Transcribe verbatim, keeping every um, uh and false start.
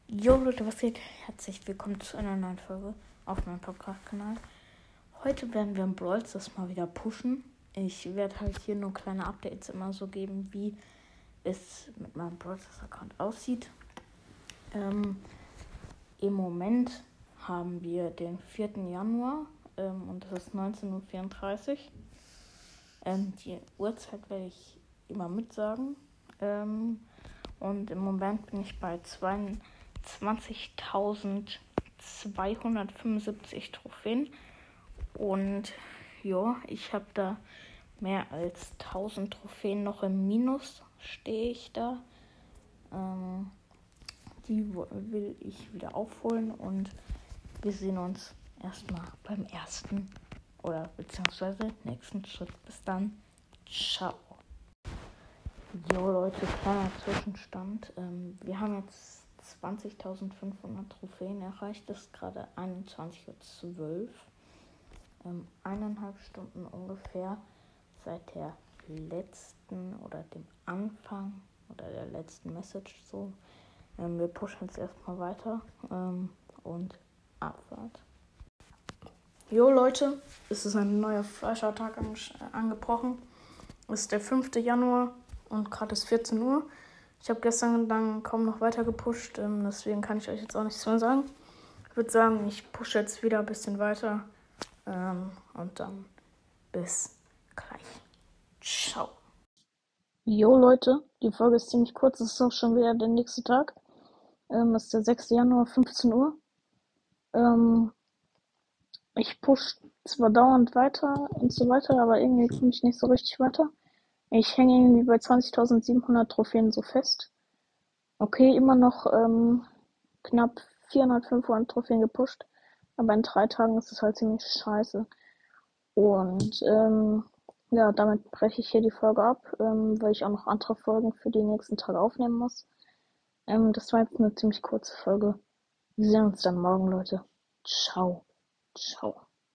Jo Leute, was geht? Herzlich willkommen zu einer neuen Folge auf meinem Podcast-Kanal. Heute werden wir im Brawl Stars mal wieder pushen. Ich werde halt hier nur kleine Updates immer so geben, wie es mit meinem Brawl Stars Account aussieht. Ähm, Im Moment haben wir den vierten Januar ähm, und es ist neunzehn Uhr vierunddreißig. Ähm, die Uhrzeit werde ich immer mitsagen. Ähm, und im Moment bin ich bei zweiundzwanzigtausendzweihundertfünfundsiebzig Trophäen. Und ja, ich habe da mehr als tausend Trophäen noch im Minus, stehe ich da. Ähm, die will ich wieder aufholen und wir sehen uns erstmal beim ersten oder beziehungsweise nächsten Schritt. Bis dann. Ciao. Jo Leute, kleiner Zwischenstand. Ähm, wir haben jetzt zwanzigtausendfünfhundert Trophäen erreicht. Das ist gerade einundzwanzig Uhr zwölf. Ähm, eineinhalb Stunden ungefähr seit der letzten oder dem Anfang oder der letzten Message so. Ähm, wir pushen jetzt erstmal weiter ähm, und Abfahrt. Jo Leute, es ist ein neuer frischer Tag an, äh, angebrochen. Es ist der fünfte Januar und gerade ist vierzehn Uhr. Ich habe gestern dann kaum noch weiter gepusht, ähm, deswegen kann ich euch jetzt auch nichts mehr sagen. Ich würde sagen, ich pushe jetzt wieder ein bisschen weiter ähm, und dann bis gleich. Ciao. Jo Leute, die Folge ist ziemlich kurz, es ist auch schon wieder der nächste Tag. Ähm, das ist der sechste Januar, fünfzehn Uhr. Ähm, ich push zwar dauernd weiter und so weiter, aber irgendwie komme ich nicht so richtig weiter. Ich hänge irgendwie bei zwanzigtausendsiebenhundert Trophäen so fest. Okay, immer noch ähm, knapp vierhundert, fünfhundert Trophäen gepusht. Aber in drei Tagen ist es halt ziemlich scheiße. Und ähm, ja, damit breche ich hier die Folge ab, ähm, weil ich auch noch andere Folgen für die nächsten Tage aufnehmen muss. Ähm, das war jetzt eine ziemlich kurze Folge. Wir sehen uns dann morgen, Leute. Ciao. Ciao.